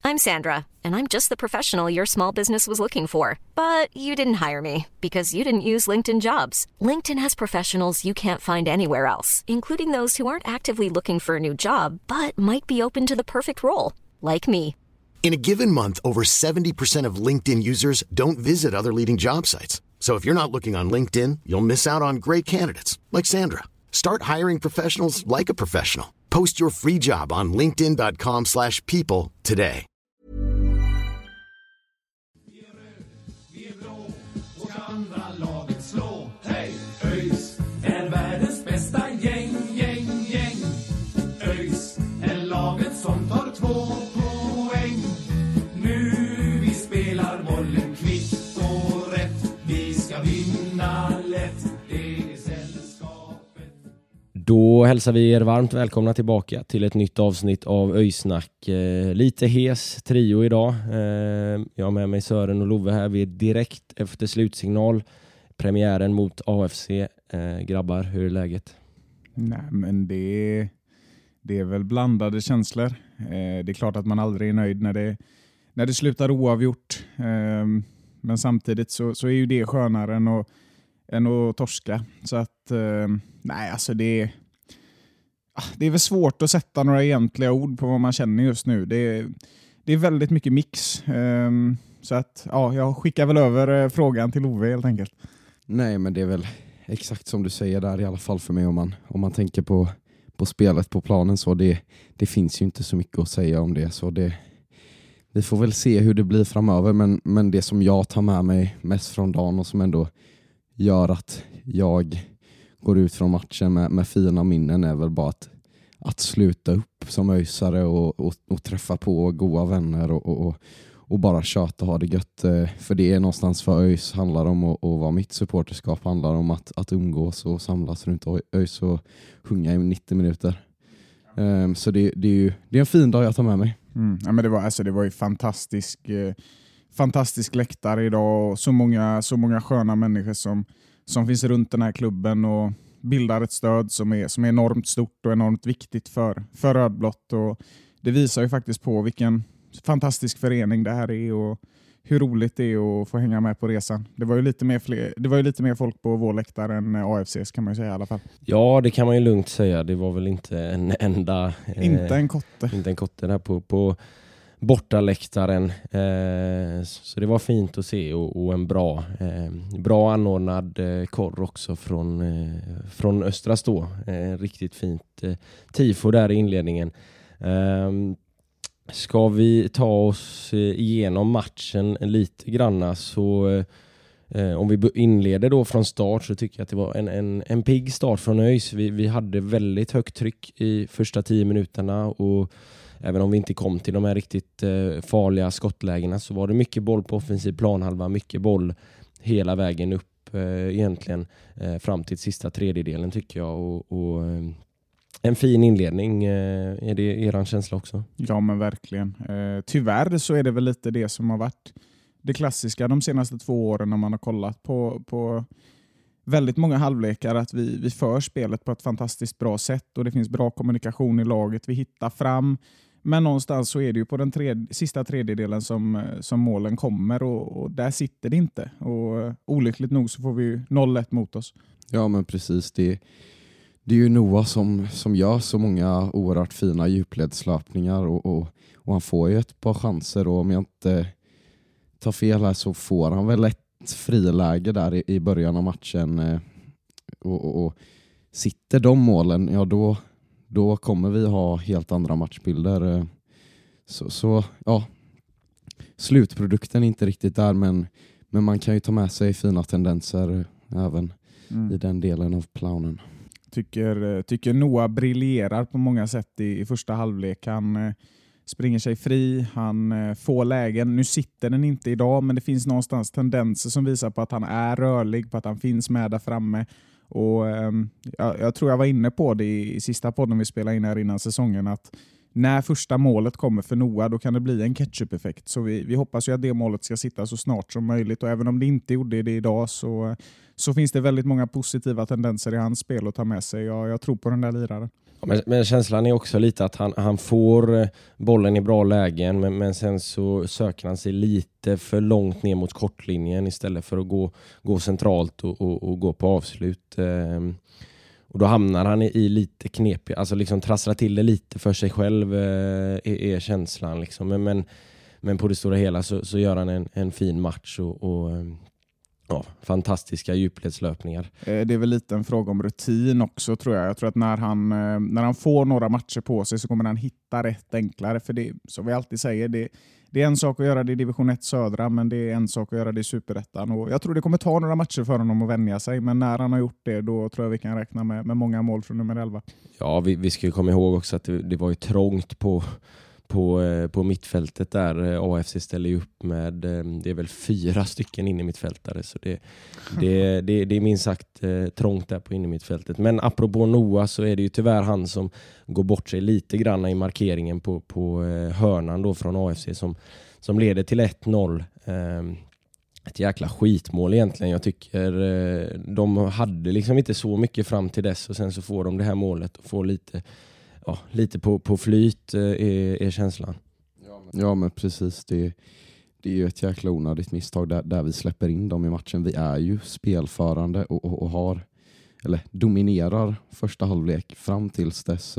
I'm Sandra, and I'm just the professional your small business was looking for. But you didn't hire me because you didn't use LinkedIn Jobs. LinkedIn has professionals you can't find anywhere else, including those who aren't actively looking for a new job, but might be open to the perfect role, like me. In a given month, over 70% of LinkedIn users don't visit other leading job sites. So if you're not looking on LinkedIn, you'll miss out on great candidates like Sandra. Start hiring professionals like a professional. Post your free job on linkedin.com/people today. ÖIS är världens bästa gäng. ÖIS är laget som tar 2 poäng. Nu vi spelar bollen kvitt och rätt. Vi ska vinna lätt. Det är sällskapet. Då hälsar vi er varmt välkomna tillbaka till ett nytt avsnitt av ÖIS-snack. Lite hes trio idag. Jag har med mig Sören och Love här. Vi är direkt efter slutsignal. Premiären mot AFC. Grabbar, hur är läget? Nej, men det är väl blandade känslor. Det är klart att man aldrig är nöjd när det slutar oavgjort. Men samtidigt så är ju det skönare än att torska. Så att nej, alltså det är väl svårt att sätta några egentliga ord på vad man känner just nu. Det är väldigt mycket mix. Så att ja, jag skickar väl över frågan till Ove helt enkelt. Nej, men det är väl exakt som du säger där i alla fall för mig om man tänker på spelet på planen, så det finns ju inte så mycket att säga om det, så vi får väl se hur det blir framöver, men det som jag tar med mig mest från dagen och som ändå gör att jag går ut från matchen med fina minnen är väl bara att sluta upp som öisare och träffa på goda vänner och bara köta och ha det gött. För det är någonstans för ÖIS handlar om och vad mitt supporterskap handlar om, att umgås och samlas runt ÖIS och sjunga i 90 minuter. Så det är en fin dag jag tar med mig. Ja, men det var ju fantastisk läktare idag och så många sköna människor som finns runt den här klubben och bildar ett stöd som är enormt stort och enormt viktigt för rödblått, och det visar ju faktiskt på vilken fantastisk förening det här är och hur roligt det är att få hänga med på resan. Det var ju lite mer folk på vår läktare än AFCs, kan man ju säga i alla fall. Ja, det kan man ju lugnt säga. Det var väl inte en enda... Inte en kotte. Inte en kotte där på bortaläktaren. Så det var fint att se och en bra anordnad korr också från Östra Stå. Riktigt fint tifo där i inledningen. Ska vi ta oss igenom matchen lite granna, så om vi inleder då från start, så tycker jag att det var en pigg start från ÖIS. Vi hade väldigt högt tryck i första 10 minuterna, och även om vi inte kom till de här riktigt farliga skottlägena, så var det mycket boll på offensiv planhalva, mycket boll hela vägen upp egentligen fram till sista tredjedelen, tycker jag, och en fin inledning. Är det eran känsla också? Ja, men verkligen. Tyvärr så är det väl lite det som har varit det klassiska de senaste 2 åren när man har kollat på väldigt många halvlekar, att vi för spelet på ett fantastiskt bra sätt och det finns bra kommunikation i laget. Vi hittar fram, men någonstans så är det ju på den sista tredjedelen som målen kommer, och där sitter det inte. Och olyckligt nog så får vi ju 0-1 mot oss. Ja, men precis. Det är ju Noah som gör så många oerhört fina djupledslöpningar och han får ju ett par chanser, och om jag inte tar fel här så får han väl ett friläge där i början av matchen, och sitter de målen, ja då kommer vi ha helt andra matchbilder. Så ja, slutprodukten är inte riktigt där, men man kan ju ta med sig fina tendenser även i den delen av planen. Tycker Noah briljerar på många sätt i första halvlek. Han springer sig fri, han får lägen. Nu sitter den inte idag, men det finns någonstans tendenser som visar på att han är rörlig, på att han finns med där framme. Och jag tror jag var inne på det i sista podden vi spelade in här innan säsongen, att när första målet kommer för Noah, då kan det bli en ketchup-effekt. Så vi hoppas ju att det målet ska sitta så snart som möjligt, och även om det inte gjorde det idag så finns det väldigt många positiva tendenser i hans spel att ta med sig. Jag tror på den där liraren. Ja, men känslan är också lite att han får bollen i bra lägen, men sen så söker han sig lite för långt ner mot kortlinjen istället för att gå centralt och gå på avslut. Och då hamnar han i lite knep, alltså liksom trasslar till det lite för sig själv är känslan liksom. Men på det stora hela så gör han en fin match och ja, fantastiska djupledslöpningar. Det är väl lite en fråga om rutin också, tror jag. Jag tror att när han får några matcher på sig så kommer han hitta rätt enklare. För det, som vi alltid säger, det är en sak att göra det i division 1 södra, men det är en sak att göra det i superettan. Och jag tror det kommer ta några matcher för honom att vänja sig, men när han har gjort det, då tror jag vi kan räkna med många mål från nummer 11. Ja, vi ska ju komma ihåg också att det var ju trångt på mittfältet där. AFC ställer ju upp med, det är väl 4 stycken in i mittfältare, så det är minst sagt trångt där på in i mittfältet. Men apropå Noah så är det ju tyvärr han som går bort sig lite grann i markeringen på hörnan då från AFC som leder till 1-0. Ett jäkla skitmål egentligen. Jag tycker de hade liksom inte så mycket fram till dess, och sen så får de det här målet och får lite på flyt är känslan. Ja, men precis. Det är ju ett jäkla onödigt misstag där vi släpper in dem i matchen. Vi är ju spelförande och har, eller dominerar första halvlek fram tills dess.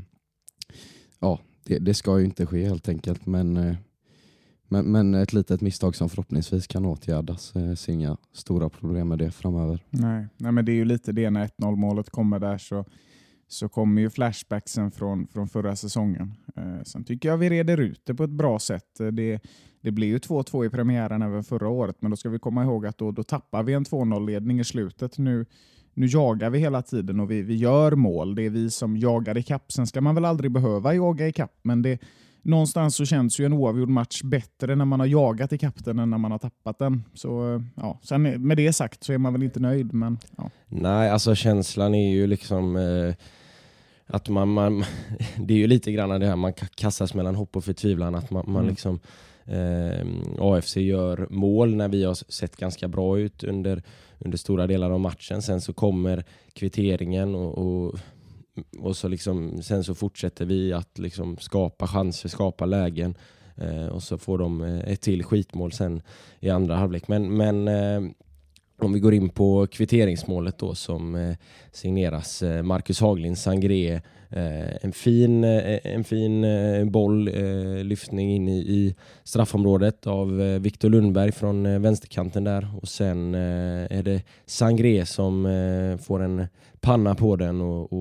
Det ska ju inte ske helt enkelt, men ett litet misstag som förhoppningsvis kan åtgärdas. Ser inga stora problem med det framöver. Nej, men det är ju lite det, när 1-0-målet kommer där så kommer ju flashbacksen från förra säsongen. Sen tycker jag vi reder ut det på ett bra sätt. Det blir ju 2-2 i premiären även förra året, men då ska vi komma ihåg att då tappar vi en 2-0-ledning i slutet. Nu jagar vi hela tiden och vi gör mål. Det är vi som jagar i kapp. Sen ska man väl aldrig behöva jaga i kapp, men någonstans så känns ju en oavgjord match bättre när man har jagat i kappen än när man har tappat den. Så ja, sen med det sagt så är man väl inte nöjd, men ja. Nej, alltså känslan är ju liksom att man det är ju lite grann det här, man kastas mellan hopp och förtvivlan, att man liksom AFC gör mål när vi har sett ganska bra ut under stora delar av matchen. Sen så kommer kvitteringen och så liksom, sen så fortsätter vi att liksom skapa chanser, skapa lägen, och så får de ett till skitmål sen i andra halvlek. Men om vi går in på kvitteringsmålet då, som signeras Marcus Haglind Sangré, en fin boll, lyftning in i straffområdet av Victor Lundberg från vänsterkanten där, och sen är det Sangré som får en panna på den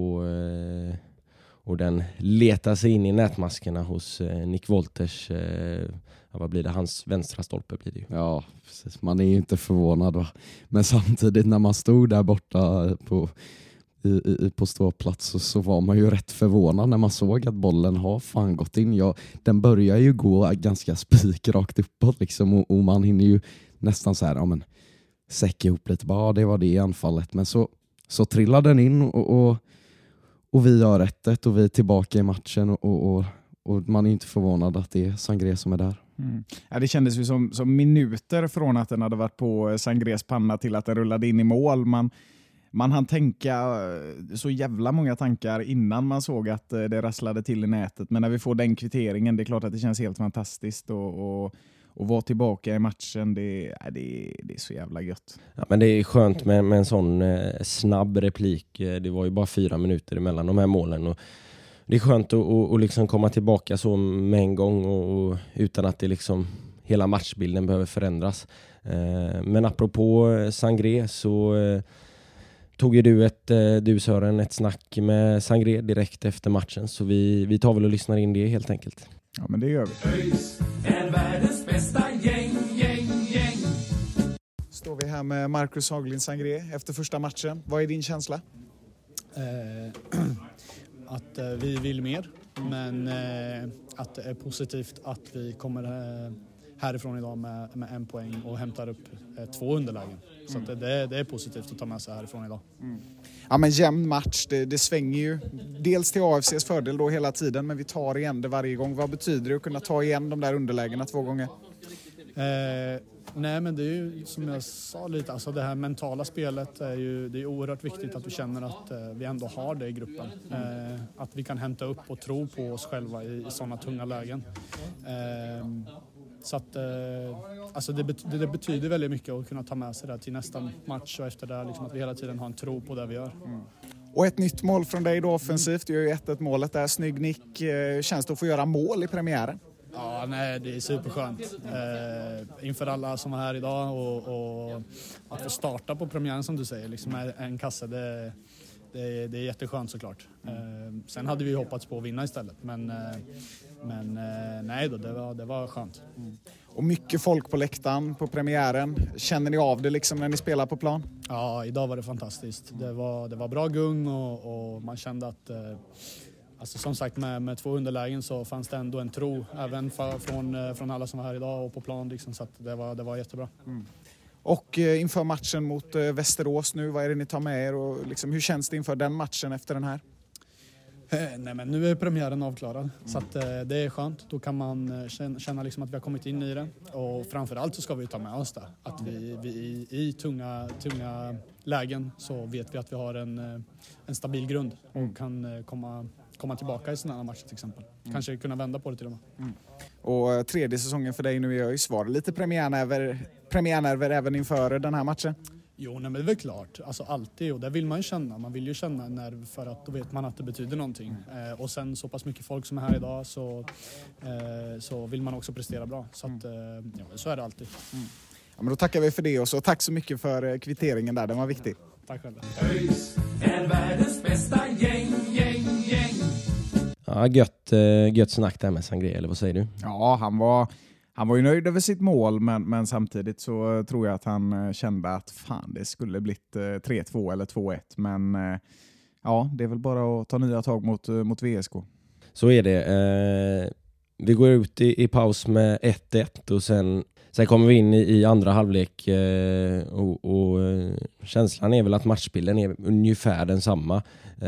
och den letar sig in i nätmaskerna hos Nick Wolters. Vad blir det? Hans vänstra stolpe blir det ju. Ja, precis. Man är ju inte förvånad, va? Men samtidigt när man stod där borta på ståplats så var man ju rätt förvånad när man såg att bollen har fan gått in. Den börjar ju gå ganska spikrakt uppåt liksom, och man hinner ju nästan så här, säcka ihop lite. Bara, det var det i anfallet. Men så trillar den in och vi gör 1-1 och vi är tillbaka i matchen och man är inte förvånad att det är Sangré som är där. Mm. Ja, det kändes ju som minuter från att den hade varit på Sangrés panna till att den rullade in i mål. Man hann tänka så jävla många tankar innan man såg att det rasslade till i nätet. Men när vi får den kvitteringen, det är klart att det känns helt fantastiskt och vara tillbaka i matchen, det är så jävla gött. Ja, men det är skönt med en sån snabb replik. Det var ju bara 4 minuter emellan de här målen, och det är skönt att liksom komma tillbaka så med en gång och utan att det liksom hela matchbilden behöver förändras. Men apropå Sangré så tog ju du Sören ett snack med Sangré direkt efter matchen, så vi tar väl och lyssnar in det helt enkelt. Ja, men det gör vi. ÖIS är världens bästa gäng. Står vi här med Marcus Haglind Sangré efter första matchen. Vad är din känsla? Att vi vill mer, men att det är positivt att vi kommer härifrån idag med 1 poäng och hämtar upp 2 underlägen. Så att det är positivt att ta med sig härifrån idag. Mm. Ja, men jämn match, det svänger ju dels till AFCs fördel då hela tiden, men vi tar igen det varje gång. Vad betyder det att kunna ta igen de där underlägena 2 gånger? Nej, men det är ju som jag sa lite, alltså det här mentala spelet det är oerhört viktigt att vi känner att vi ändå har det i gruppen. Att vi kan hämta upp och tro på oss själva i sådana tunga lägen. Så att alltså det betyder väldigt mycket att kunna ta med sig det till nästa match och efter det liksom att vi hela tiden har en tro på det vi gör. Och ett nytt mål från dig då offensivt, du gör ju 1-1 målet där, snygg nick. Känns det att få göra mål i premiären? Ja, nej, det är superskönt. Inför alla som är här idag och att få starta på premiären som du säger, liksom en kasse, det är jätteskönt såklart. Sen hade vi hoppats på att vinna istället, men nej då, det var skönt. Och mycket folk på läktaren på premiären. Känner ni av det liksom när ni spelar på plan? Ja, idag var det fantastiskt. Det var bra gung och man kände att alltså som sagt med 2 underlägen så fanns det ändå en tro även från alla som var här idag och på plan liksom, så att det var jättebra. Och inför matchen mot Västerås nu, vad är det ni tar med er och liksom, hur känns det inför den matchen efter den här? Nej, men nu är premiären avklarad så att det är skönt. Då kan man känna liksom att vi har kommit in i det och framförallt så ska vi ta med oss det. Att vi i tunga lägen så vet vi att vi har en stabil grund och kan komma tillbaka i sådana matcher till exempel. Kanske kunna vända på det till och med. Och tredje säsongen för dig nu är ju svar. Lite premiärnerver även inför den här matchen? Jo, nej, men det är väl klart. Alltså alltid, och det vill man ju känna. Man vill ju känna en nerv för att då vet man att det betyder någonting. Och sen så pass mycket folk som är här idag så vill man också prestera bra. Så att, så är det alltid. Ja, men då tackar vi för det och så tack så mycket för kvitteringen där, den var viktig. Tack själv. ÖIS är världens bästa gäng. Ja, gött snack där med Sangré, eller vad säger du? Ja, han var ju nöjd över sitt mål, men samtidigt så tror jag att han kände att fan, det skulle blivit 3-2 eller 2-1. Men ja, det är väl bara att ta nya tag mot VSK. Så är det. Vi går ut i paus med 1-1 och sen kommer vi in i andra halvlek och känslan är väl att matchbilden är ungefär densamma.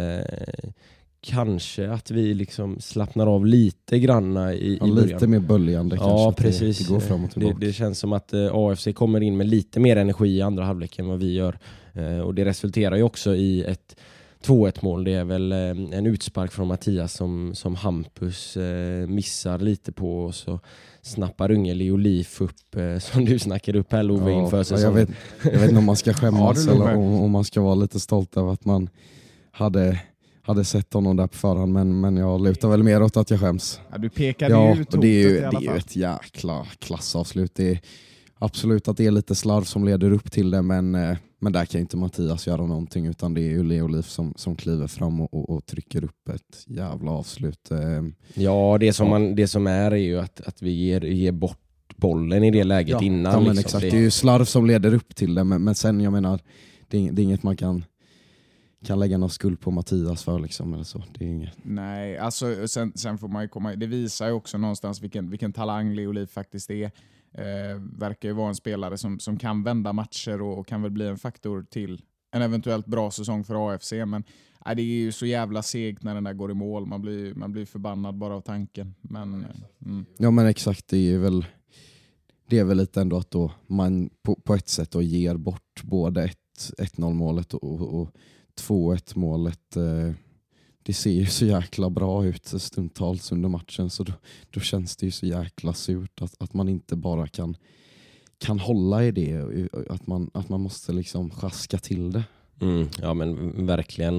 Kanske att vi liksom slappnar av lite granna i början. Lite mer böljande kanske. Ja, precis. Det går fram och tillbaka. Det känns som att AFC kommer in med lite mer energi i andra halvlek än vad vi gör. Och det resulterar ju också i ett 2-1 mål. Det är väl en utspark från Mattias som Hampus missar lite på, och så snappar unge Leo Leaf upp som du snackade upp här, Love, inför säsongen. Jag vet inte om man ska skämmas eller om man ska vara lite stolt över att man hade sett honom där på förhand, men jag lutar väl mer åt att jag skäms. Ja, du pekade ut hotet i alla fall. Det är ju ett jäkla klassavslut. Det är absolut att det är lite slarv som leder upp till det, men där kan inte Mattias göra någonting, utan det är ju Leo Leaf som kliver fram och trycker upp ett jävla avslut. Ja, det som är ju att vi ger bort bollen i det läget innan. Ja, men liksom. exakt. Det är ju slarv som leder upp till det, men sen, jag menar, det är inget man kan lägga någon skuld på Mattias för liksom, eller så. Det är inget. Nej, alltså sen får man ju komma. Det visar ju också någonstans vilken talang Leo Leaf faktiskt är. Verkar ju vara en spelare som kan vända matcher och kan väl bli en faktor till en eventuellt bra säsong för AFC, men det är ju så jävla segt när den där går i mål. Man blir förbannad bara av tanken. Men Ja, men exakt, det är väl lite ändå att då man på ett sätt då ger bort både 1-0 målet och 2-1 målet. Det ser ju så jäkla bra ut stundtals under matchen, så då känns det ju så jäkla surt att man inte bara kan hålla i det, att man måste liksom sjaska till det. Ja, men verkligen.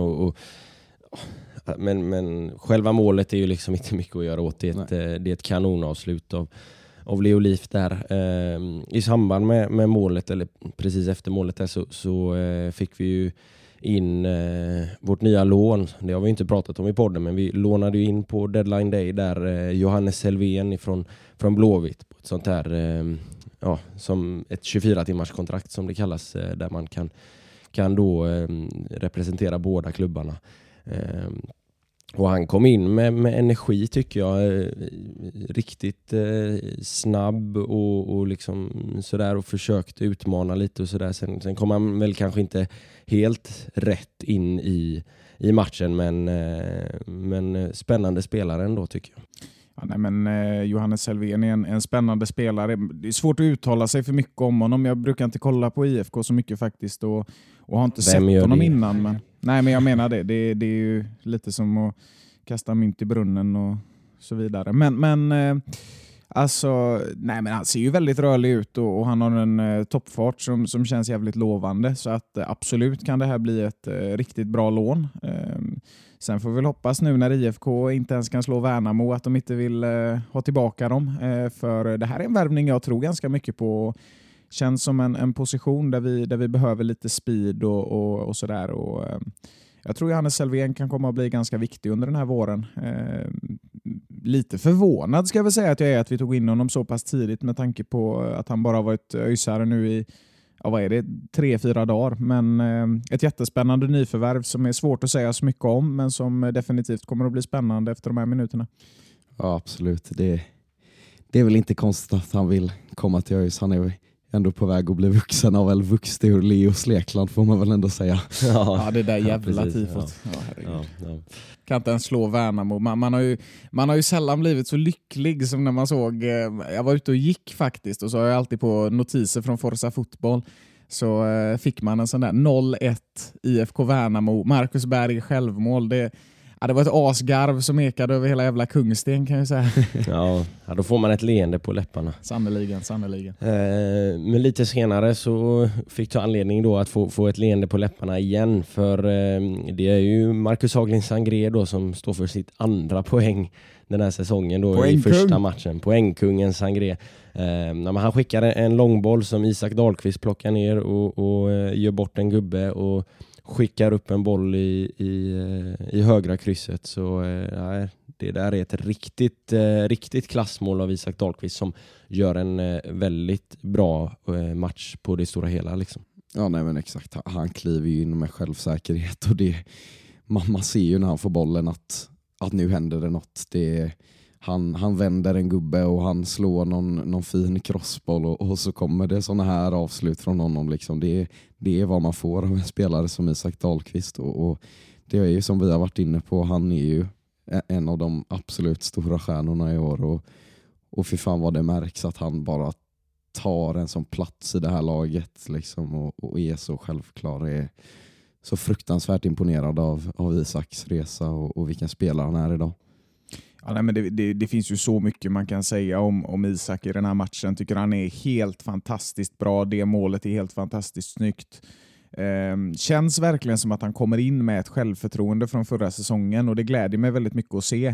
Men själva målet är ju liksom inte mycket att göra åt. Det är ett kanonavslut av Leo Leaf där. I samband med målet, eller precis efter målet där, så fick vi ju in vårt nya lån. Det har vi inte pratat om i podden, men vi lånade ju in på deadline day där Johannes Selvén från Blåvitt på ett sånt här som ett 24-timmars kontrakt som det kallas, där man kan då representera båda klubbarna. Och han kom in med energi, tycker jag, riktigt snabb och liksom sådär, och försökte utmana lite och sådär. Sen kom han väl kanske inte helt rätt in i matchen, men spännande spelare ändå, tycker jag. Ja, nej, men Johannes Selvén är en spännande spelare. Det är svårt att uttala sig för mycket om honom. Jag brukar inte kolla på IFK så mycket faktiskt och har inte sett honom innan. Men, nej, men jag menar det. Det är ju lite som att kasta mynt i brunnen och så vidare. Men alltså, nej, men han ser ju väldigt rörlig ut och han har en toppfart som känns jävligt lovande. Så att absolut kan det här bli ett riktigt bra lån. Sen får vi väl hoppas nu när IFK inte ens kan slå Värnamo att de inte vill ha tillbaka dem. För det här är en värvning jag tror ganska mycket på. Känns som en position där vi behöver lite speed och sådär. Och jag tror Johannes Selvén kan komma att bli ganska viktig under den här våren. Lite förvånad ska jag väl säga att jag är att vi tog in honom så pass tidigt med tanke på att han bara har varit öjsare nu i 3-4 dagar. Men ett jättespännande nyförvärv som är svårt att säga så mycket om men som definitivt kommer att bli spännande efter de här minuterna. Ja, absolut. Det är väl inte konstigt att han vill komma till ÖIS. Han är ändå på väg att bli vuxen av väl vuxit ur Leos Lekland får man väl ändå säga. Ja, det där jävla tifot. Ja, kan inte ens slå Värnamo. Man har ju sällan blivit så lycklig som när man såg, jag var ute och gick faktiskt och så har jag alltid på notiser från Forza Fotboll så fick man en sån där 0-1 IFK Värnamo, Marcus Berg självmål. Det var ett asgarv som ekade över hela jävla Kungsten kan jag säga. Ja, då får man ett leende på läpparna. Sannoliken. Men lite senare så fick du anledning då att få ett leende på läpparna igen. För det är ju Marcus Haglind Sangré då som står för sitt andra poäng den här säsongen då i första matchen. Poängkungen Sangré. Han skickar en långboll som Isak Dahlqvist plockar ner och gör bort en gubbe och skickar upp en boll i högra krysset. Så det där är ett riktigt klassmål av Isak Dahlqvist som gör en väldigt bra match på det stora hela liksom. Ja, nej men exakt. Han kliver ju in med självsäkerhet och man ser ju när han får bollen att nu händer det något. Han vänder en gubbe och han slår någon fin crossboll och så kommer det såna här avslut från honom. Liksom. Det är vad man får av en spelare som Isak Dahlqvist och det är ju som vi har varit inne på, han är ju en av de absolut stora stjärnorna i år och för fan vad det märks att han bara tar en sån plats i det här laget liksom, och är så självklar. Är så fruktansvärt imponerad av Isaks resa och vilken spelare han är idag. Ja, nej, men det finns ju så mycket man kan säga om Isak i den här matchen. Tycker han är helt fantastiskt bra. Det målet är helt fantastiskt snyggt. Känns verkligen som att han kommer in med ett självförtroende från förra säsongen och det glädjer mig väldigt mycket att se.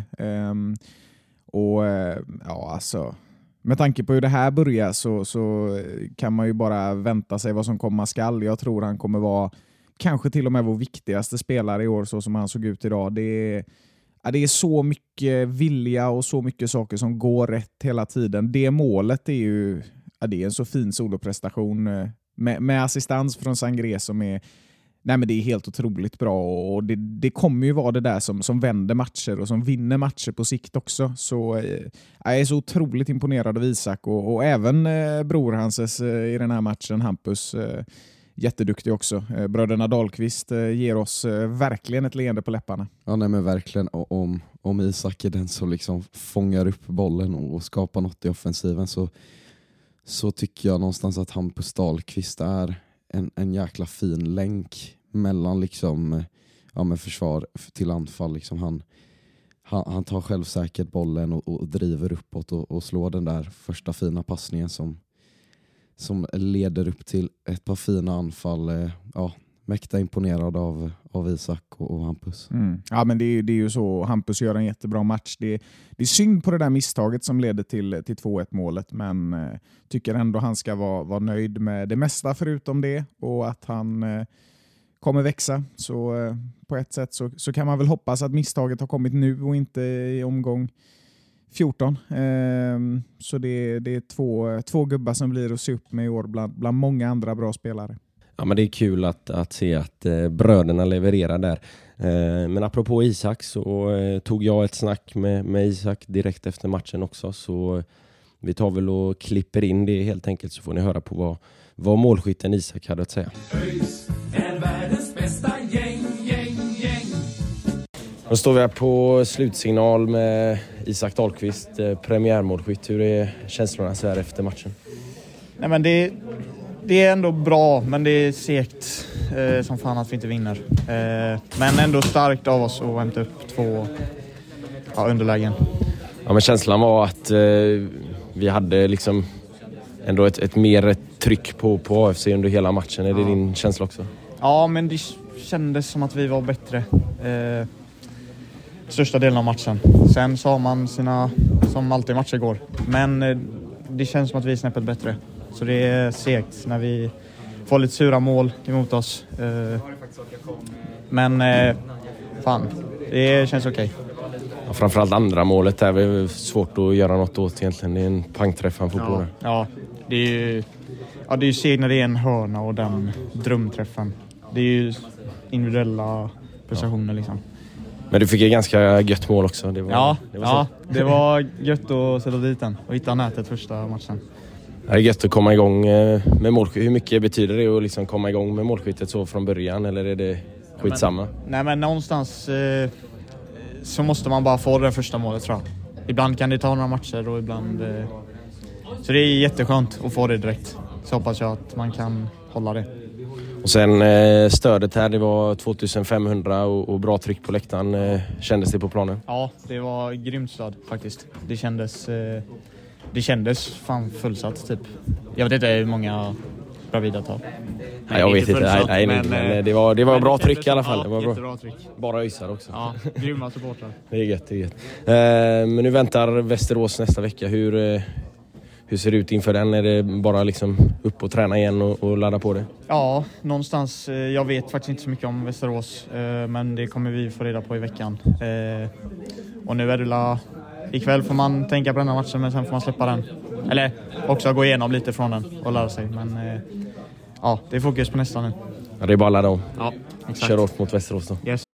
Alltså med tanke på hur det här börjar så kan man ju bara vänta sig vad som komma skall. Jag tror han kommer vara kanske till och med vår viktigaste spelare i år så som han såg ut idag. Det är så mycket vilja och så mycket saker som går rätt hela tiden. Det målet är ju det är en så fin soloprestation med assistans från Sangré som är det är helt otroligt bra och det kommer ju vara det där som vänder matcher och som vinner matcher på sikt också. Så jag är så otroligt imponerad av Isak och även bror hanses i den här matchen, Hampus, jätteduktig också. Bröderna Dahlqvist ger oss verkligen ett leende på läpparna. Ja, nej men verkligen. Om Isak är den som liksom fångar upp bollen och skapar något i offensiven så tycker jag någonstans att Hampus Dahlqvist är en jäkla fin länk mellan liksom, med försvar till anfall. Liksom han tar självsäkert bollen och driver uppåt och slår den där första fina passningen som leder upp till ett par fina anfall. Mäkta imponerad av Isak och Hampus. Ja, men det är ju så. Hampus gör en jättebra match. Det är synd på det där misstaget som leder till 2-1 målet, men tycker ändå han ska vara nöjd med det mesta förutom det och att han kommer växa. Så på ett sätt så kan man väl hoppas att misstaget har kommit nu och inte i omgång 14. Så det är två gubbar som blir att se upp med i år bland många andra bra spelare. Ja, men det är kul att se att bröderna levererar där. Men apropå Isak så tog jag ett snack med Isak direkt efter matchen också. Så vi tar väl och klipper in det helt enkelt så får ni höra på vad målskytten Isak hade att säga. ÖIS är världens bästa gäng. Då står vi här på slutsignal med Isak Dahlqvist, premiärmålskytt. Hur är känslorna så här efter matchen? Nej, men det är ändå bra, men det är segt som fan att vi inte vinner. Men ändå starkt av oss att hämta upp 2 underlägen. Ja, men känslan var att vi hade liksom ändå ett mer tryck på AFC under hela matchen. Är det din känsla också? Ja, men det kändes som att vi var bättre största delen av matchen. Sen så har man sina, som alltid matcher går. Men det känns som att vi är snäppet bättre. Så det är segt när vi får lite sura mål emot oss. Men fan, det känns okej. Ja, framförallt andra målet där är svårt att göra något åt egentligen. Det är en pangträff han får på det. Ja, det är ju segt när det är en hörna och den drömträffen. Det är ju individuella prestationer liksom. Men du fick ett ganska gött mål också. Det var gött att sätta dit den och hitta nätet första matchen. Det är gött att komma igång med målskyttet. Hur mycket betyder det att liksom komma igång med målskyttet så från början, eller är det skitsamma? Nej, men någonstans så måste man bara få det första målet, tror jag. Ibland kan det ta några matcher och ibland... Så det är jätteskönt att få det direkt. Så hoppas jag att man kan hålla det. Och sen stödet här, det var 2500 och bra tryck på läktaren. Kändes det på planen? Ja, det var grymt stöd faktiskt. Det kändes fan fullsatt typ. Jag vet inte hur många Bravida tar. Nej, jag vet inte. Nej, men det var bra tryck i alla fall. Ja, det var jättebra tryck. Bara ösar också. Ja, grymma supportrar. Det är gött. Men nu väntar Västerås nästa vecka. Hur ser det ut inför den? Är det bara liksom upp och träna igen och ladda på det? Ja, någonstans. Jag vet faktiskt inte så mycket om Västerås. Men det kommer vi få reda på i veckan. Och nu är det ikväll får man tänka på den här matchen, men sen får man släppa den. Eller också gå igenom lite från den och lära sig. Men ja, det är fokus på nästa nu. Ja, det är bara att ladda om. Ja, exakt. Kör åt mot Västerås då. Yes.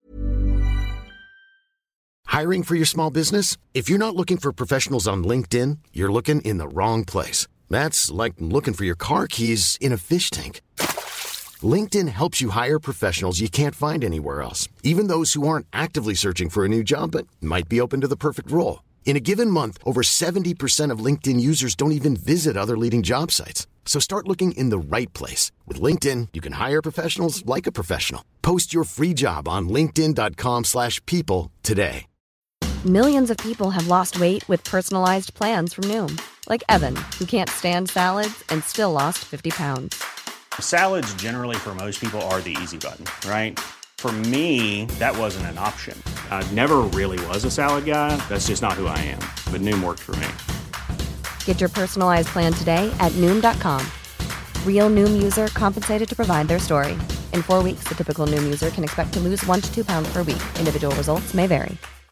Hiring for your small business? If you're not looking for professionals on LinkedIn, you're looking in the wrong place. That's like looking for your car keys in a fish tank. LinkedIn helps you hire professionals you can't find anywhere else, even those who aren't actively searching for a new job but might be open to the perfect role. In a given month, over 70% of LinkedIn users don't even visit other leading job sites. So start looking in the right place. With LinkedIn, you can hire professionals like a professional. Post your free job on linkedin.com/people today. Millions of people have lost weight with personalized plans from Noom. Like Evan, who can't stand salads and still lost 50 pounds. Salads generally for most people are the easy button, right? For me, that wasn't an option. I never really was a salad guy. That's just not who I am. But Noom worked for me. Get your personalized plan today at Noom.com. Real Noom user compensated to provide their story. In 4 weeks, the typical Noom user can expect to lose 1 to 2 pounds per week. Individual results may vary.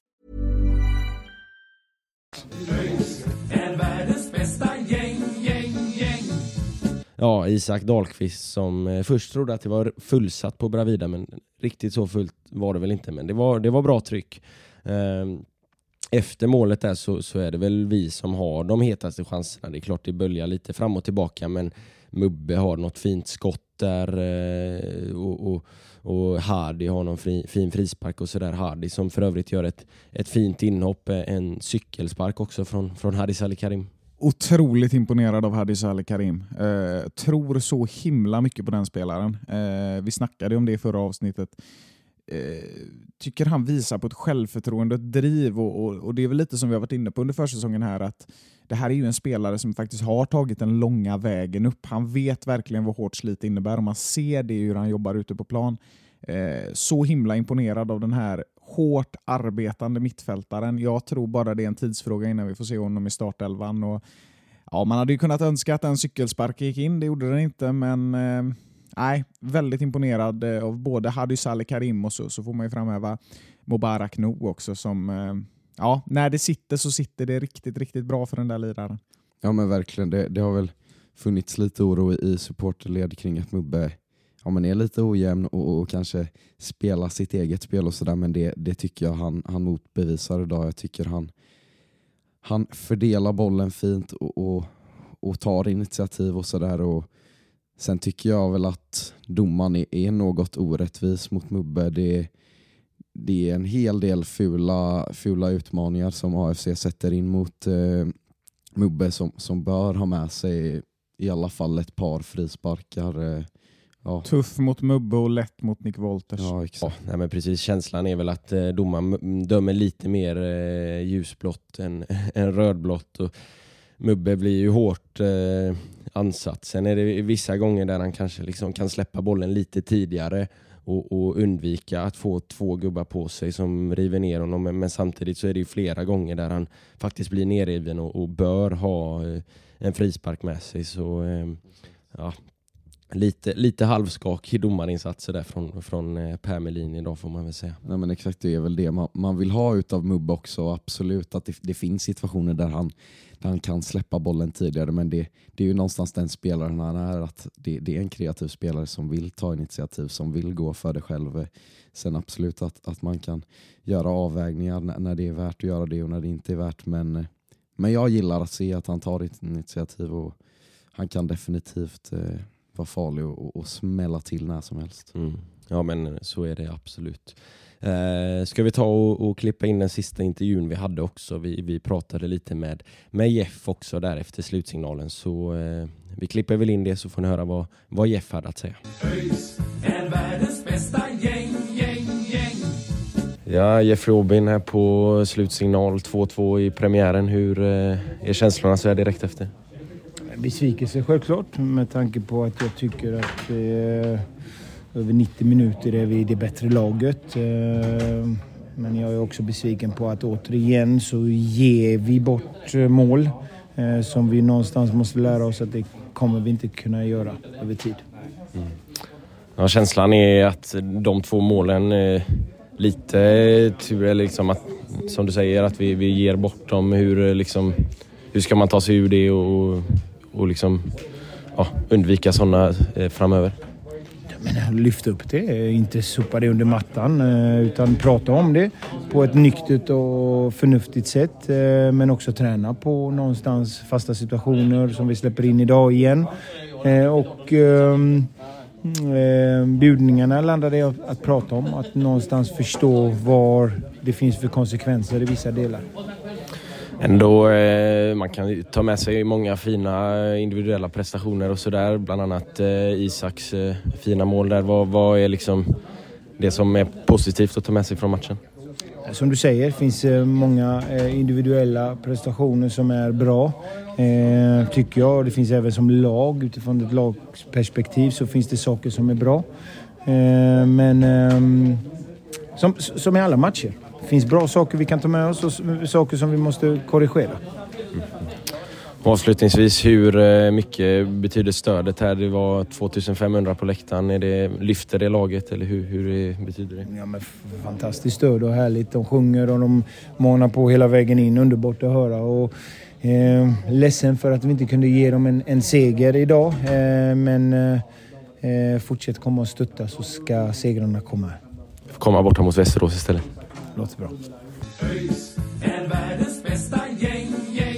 Ja, Isak Dahlqvist som först trodde att det var fullsatt på Bravida, men riktigt så fullt var det väl inte, men det var bra tryck. Efter målet där så är det väl vi som har de hetaste chanserna. Det är klart det böljar lite fram och tillbaka, men Mubbe har något fint skott där och Hardy har någon fin frispark och sådär. Hardy som för övrigt gör ett fint inhopp, en cykelspark också från Hadi Salih Karim. Otroligt imponerad av Hadi Salih Karim. Tror så himla mycket på den spelaren. Vi snackade om det i förra avsnittet. Tycker han visar på ett självförtroende, ett driv och det är väl lite som vi har varit inne på under försäsongen här, att det här är ju en spelare som faktiskt har tagit den långa vägen upp. Han vet verkligen vad hårt slit innebär och man ser det hur han jobbar ute på plan. Så himla imponerad av den här hårt arbetande mittfältaren. Jag tror bara det är en tidsfråga innan vi får se honom i startelvan. Och, ja, man hade ju kunnat önska att en cykelspark gick in, det gjorde den inte, men nej, väldigt imponerad av både Hadi Salih Karim och så får man ju framhäva Mubarak Noh också som, ja, när det sitter så sitter det riktigt, riktigt bra för den där liraren. Ja men verkligen, det har väl funnits lite oro i supporterled kring att Mubbe är lite ojämn och kanske spelar sitt eget spel och sådär, men det tycker jag han motbevisar idag. Jag tycker han fördelar bollen fint och tar initiativ och sådär, och sen tycker jag väl att domaren är något orättvis mot Mubbe. det är en hel del fula utmaningar som AFC sätter in mot Mubbe som bör ha med sig i alla fall ett par frisparkar. Ja. Tuff mot Mubbe och lätt mot Nick Wolters. Ja, exakt. Ja, men precis. Känslan är väl att domaren dömer lite mer ljusblått än rödblått. Och Mubbe blir ju hårt ansatt. Sen är det vissa gånger där han kanske liksom kan släppa bollen lite tidigare och undvika att få 2 gubbar på sig som river ner honom. Men samtidigt så är det ju flera gånger där han faktiskt blir nerriven och bör ha en frispark med sig. Så ja, lite halvskakig domarinsatser där från Per Melin idag, får man väl säga. Nej, men exakt, det är väl det man vill ha utav Mubbe också. Absolut att det finns situationer där han kan släppa bollen tidigare, men det är ju någonstans den spelaren han är, att det är en kreativ spelare som vill ta initiativ, som vill gå för det själv. Sen absolut att man kan göra avvägningar när det är värt att göra det och när det inte är värt, men jag gillar att se att han tar initiativ, och han kan definitivt vara farlig och smälla till när som helst. Ja, men så är det absolut. Ska vi ta och klippa in den sista intervjun vi hade också. Vi pratade lite med Jeff också där efter slutsignalen. Så vi klipper väl in det, så får ni höra vad Jeff hade att säga. ÖIS är världens bästa gäng. Ja, Jeff Robin här på slutsignal 2-2 i premiären. Hur är känslorna så här direkt efter? Besvikelse självklart, med tanke på att jag tycker att över 90 minuter är vi det bättre laget. Men jag är också besviken på att återigen så ger vi bort mål som vi någonstans måste lära oss att det kommer vi inte kunna göra över tid. Ja, känslan är att de 2 målen lite tur, eller liksom att, som du säger, att vi ger bort dem. Hur ska man ta sig ur det och liksom, undvika sådana framöver? Men lyfta upp det, inte sopa det under mattan, utan prata om det på ett nyktert och förnuftigt sätt, men också träna på någonstans fasta situationer som vi släpper in idag igen. Och bjudningarna landade jag att prata om, att någonstans förstå vad det finns för konsekvenser i vissa delar. Ändå, man kan ta med sig många fina individuella prestationer och sådär. Bland annat Isaks fina mål där. Vad är liksom det som är positivt att ta med sig från matchen? Som du säger, finns många individuella prestationer som är bra, tycker jag. Det finns även som lag, utifrån ett lagsperspektiv så finns det saker som är bra. Men som i alla matcher. Det finns bra saker vi kan ta med oss och saker som vi måste korrigera. Avslutningsvis, hur mycket betyder stödet här? Det var 2500 på läktaren. Lyfter det laget, eller hur betyder det? Ja, men fantastiskt stöd och härligt. De sjunger och de manar på hela vägen in. Underbart att höra. Och ledsen för att vi inte kunde ge dem en seger idag. Men fortsätt komma och stötta, så ska segrarna komma. Komma borta mot Västerås istället. Låter bra. ÖIS är världens bästa gäng.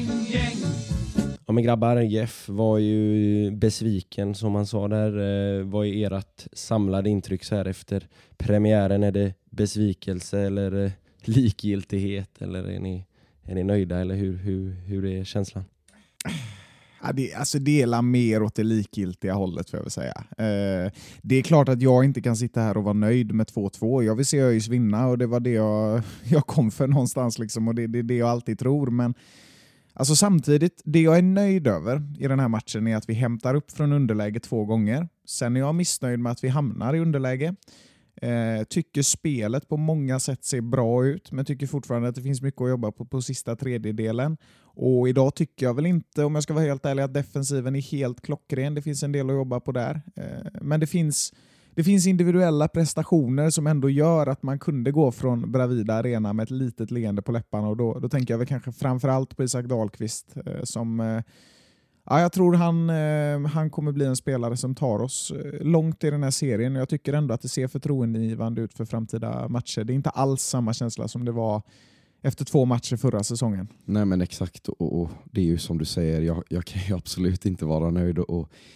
Ja, men grabbar, Jeff var ju besviken som han sa där. Vad är ert samlade intryck så här efter premiären? Är det besvikelse eller likgiltighet, eller är ni nöjda, eller hur är känslan? Ja, det är mer åt det likgiltiga hållet, får jag väl säga. Det är klart att jag inte kan sitta här och vara nöjd med 2-2. Jag vill se ÖIS vinna, och det var det jag kom för någonstans liksom, och det är det jag alltid tror. Men alltså, samtidigt, det jag är nöjd över i den här matchen är att vi hämtar upp från underläge 2 gånger. Sen är jag missnöjd med att vi hamnar i underläge. Tycker spelet på många sätt ser bra ut, men tycker fortfarande att det finns mycket att jobba på sista tredjedelen. Och idag tycker jag väl inte, om jag ska vara helt ärlig, att defensiven är helt klockren. Det finns en del att jobba på där. Men det finns individuella prestationer som ändå gör att man kunde gå från Bravida Arena med ett litet leende på läpparna. Och då tänker jag väl kanske framförallt på Isak Dahlqvist som... Ja, jag tror han kommer bli en spelare som tar oss långt i den här serien. Och jag tycker ändå att det ser förtroendeingivande ut för framtida matcher. Det är inte alls samma känsla som det var efter 2 matcher förra säsongen. Nej, men exakt. Och det är ju som du säger, jag kan ju absolut inte vara nöjd. Och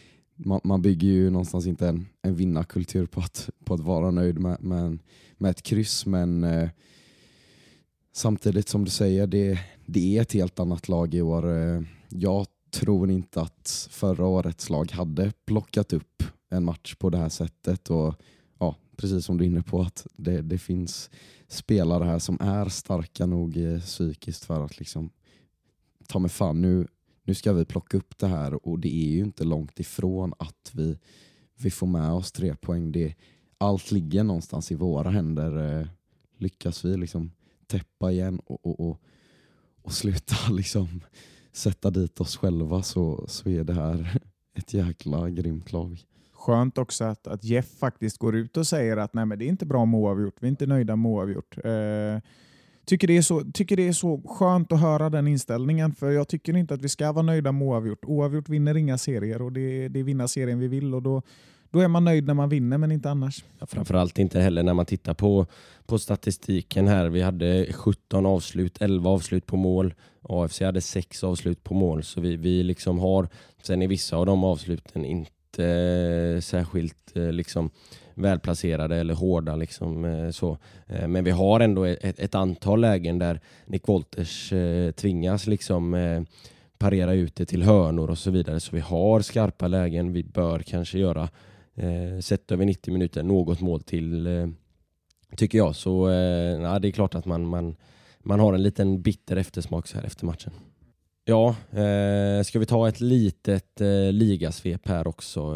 man bygger ju någonstans inte en vinnarkultur på att vara nöjd med ett kryss, men samtidigt som du säger, det är ett helt annat lag i år. Jag tror inte att förra årets lag hade plockat upp en match på det här sättet, och ja, precis som du är inne på, att det finns spelare här som är starka nog psykiskt för att liksom ta med fan, nu ska vi plocka upp det här, och det är ju inte långt ifrån att vi får med oss 3 poäng. Allt ligger någonstans i våra händer. Lyckas vi liksom täppa igen och sluta liksom sätta dit oss själva, så är det här ett jäkla grymt lag. Skönt också att Jeff faktiskt går ut och säger att nej, men det är inte bra med oavgjort. Vi är inte nöjda med oavgjort. Tycker det är så skönt att höra den inställningen, för jag tycker inte att vi ska vara nöjda med oavgjort. Oavgjort vinner inga serier, och det är vinna serien vi vill, och då är man nöjd när man vinner, men inte annars. Ja, framförallt inte heller när man tittar på statistiken här. Vi hade 17 avslut, 11 avslut på mål. AFC hade 6 avslut på mål, så vi liksom har, sen i vissa av de avsluten inte särskilt liksom välplacerade eller hårda liksom, så. Men vi har ändå ett antal lägen där Nick Wolters tvingas liksom parera ut det till hörnor och så vidare, så vi har skarpa lägen. Vi bör kanske göra sett över 90 minuter något mål till, tycker jag. Så det är klart att man har en liten bitter eftersmak så här efter matchen. Ja, ska vi ta ett litet ligasvep här också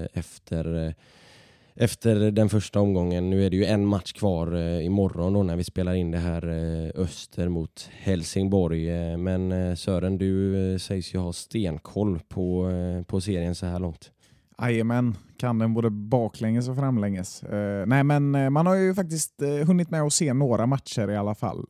efter den första omgången. Nu är det ju en match kvar imorgon då när vi spelar in det här, Öster mot Helsingborg. Men Sören, du sägs ju ha stenkoll på serien så här långt. Jajamän, kan den både baklänges och framlänges. Nej, men man har ju faktiskt hunnit med att se några matcher i alla fall.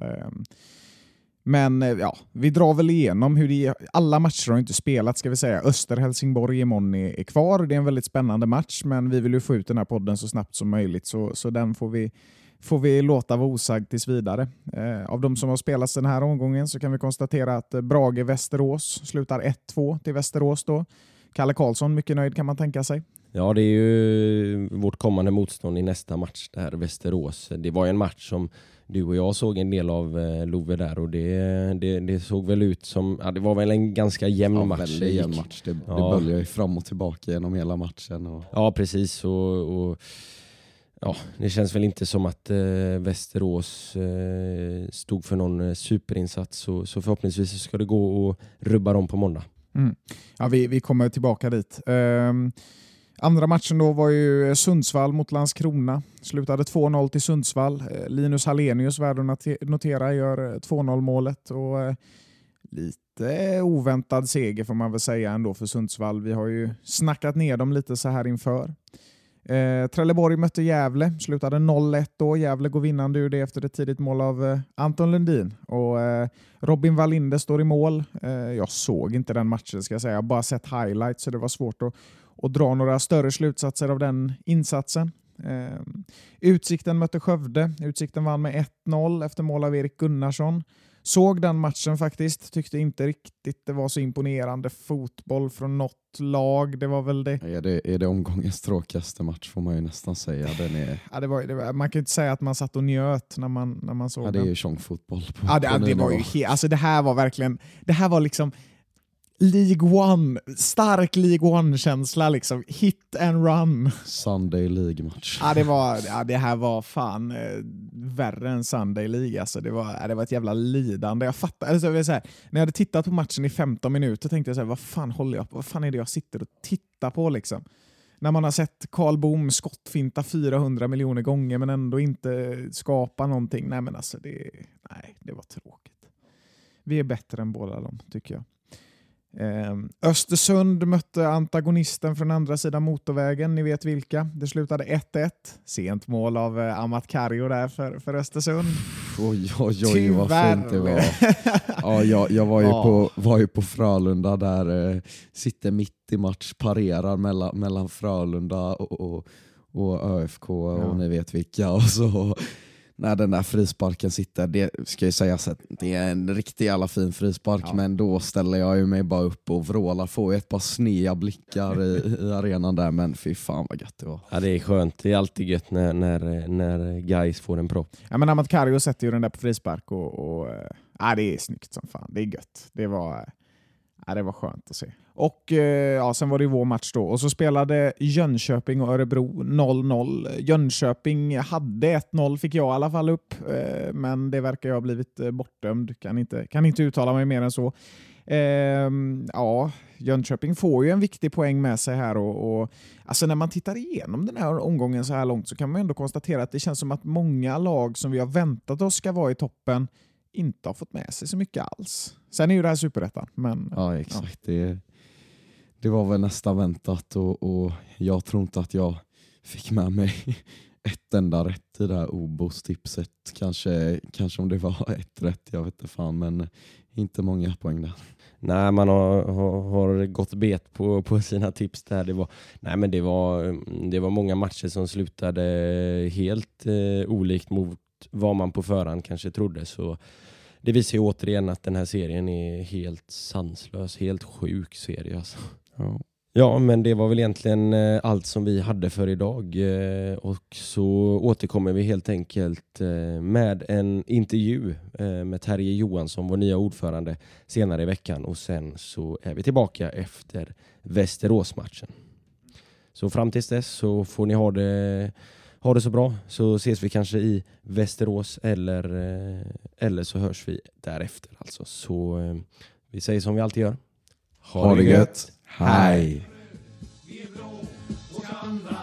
Men ja, vi drar väl igenom hur alla matcher har inte spelat, ska vi säga. Öster-Helsingborg imorgon är kvar. Det är en väldigt spännande match, men vi vill ju få ut den här podden så snabbt som möjligt, så den får vi låta vara osagd tills vidare. Av de som har spelat den här omgången så kan vi konstatera att Brage-Västerås slutar 1-2 till Västerås då. Kalle Karlsson, mycket nöjd kan man tänka sig. Ja, det är ju vårt kommande motstånd i nästa match, det här Västerås. Det var en match som du och jag såg en del av, Love, där, och det såg väl ut som, det var väl en ganska jämn match. Väldigt jämn match. Det böljar ju fram och tillbaka genom hela matchen. Ja, precis. Och ja, det känns väl inte som att Västerås stod för någon superinsats, så förhoppningsvis ska det gå och rubba dem på måndag. Ja, vi kommer tillbaka dit. Andra matchen då var ju Sundsvall mot Landskrona. Slutade 2-0 till Sundsvall. Linus Hallenius, värd att notera, gör 2-0-målet. Och lite oväntad seger får man väl säga ändå för Sundsvall. Vi har ju snackat ner dem lite så här inför. Trelleborg mötte Gävle. Slutade 0-1 då. Gävle går vinnande ur det efter ett tidigt mål av Anton Lundin. Och Robin Wallinder står i mål. Jag såg inte den matchen, ska jag säga. Jag har bara sett highlights, så det var svårt att dra några större slutsatser av den insatsen. Utsikten mötte Skövde. Utsikten vann med 1-0 efter mål av Erik Gunnarsson. Såg den matchen faktiskt. Tyckte inte riktigt det var så imponerande fotboll från något lag. Det var väl det. Är det omgångens tråkigaste match får man ju nästan säga. Den är... det var, man kan ju inte säga att man satt och njöt när man såg den. Det är ju tjongfotboll. Det var ju alltså det här var verkligen, det här var liksom League One, stark League One-känsla liksom. Hit and run. Sunday League-match. Det här var fan värre än Sunday League. Alltså, det var ett jävla lidande. Jag fattar, alltså, när jag hade tittat på matchen i 15 minuter tänkte jag så här, vad fan är det jag sitter och tittar på liksom? När man har sett Karl Bom skottfinta 400 miljoner gånger men ändå inte skapa någonting. Nej, men alltså det var tråkigt. Vi är bättre än båda dem, tycker jag. Östersund mötte antagonisten från andra sidan motorvägen, ni vet vilka. Det slutade 1-1. Sent mål av Amat Kariu där för Östersund. Oj, vad fint det var. Ja, jag var ju på Frölunda där, sitter mitt i match, parerar mellan Frölunda och ÖFK och ni vet vilka. Och så när den där frisparken sitter. Det ska ju sägas att det är en riktigt jävla fin frispark, men då ställer jag ju mig bara upp och vrålar, får ett par snea blickar i arenan där, men fy fan vad gött det var. Ja, det är skönt. Det är alltid gött när guys får en propp. Ja, men Amat Karius sätter ju den där på frispark och det är snyggt som fan. Det är gött. Det var skönt att se. Och sen var det ju vår match då. Och så spelade Jönköping och Örebro 0-0. Jönköping hade 1-0, fick jag i alla fall upp. Men det verkar jag ha blivit bortdömd. Kan inte uttala mig mer än så. Jönköping får ju en viktig poäng med sig här. Och alltså när man tittar igenom den här omgången så här långt så kan man ändå konstatera att det känns som att många lag som vi har väntat oss ska vara i toppen inte har fått med sig så mycket alls. Sen är ju det här superettan. Men, ja, exakt. Ja. Det var väl nästan väntat och jag tror inte att jag fick med mig ett enda rätt i det här OBOS-tipset. Kanske om det var ett rätt, jag vet inte fan, men inte många poäng där. Nej, man har gått bet på sina tips där. Det var många matcher som slutade helt olikt mot vad man på förhand kanske trodde, så det visar ju återigen att den här serien är helt sanslös, helt sjuk serie alltså. Ja, men det var väl egentligen allt som vi hade för idag, och så återkommer vi helt enkelt med en intervju med Terje Johansson, vår nya ordförande, senare i veckan, och sen så är vi tillbaka efter Västerås-matchen. Så fram tills dess så får ni ha det så bra, så ses vi kanske i Västerås eller så hörs vi därefter alltså. Så vi säger som vi alltid gör. Ha det gött. Hej! Vi är blå och andra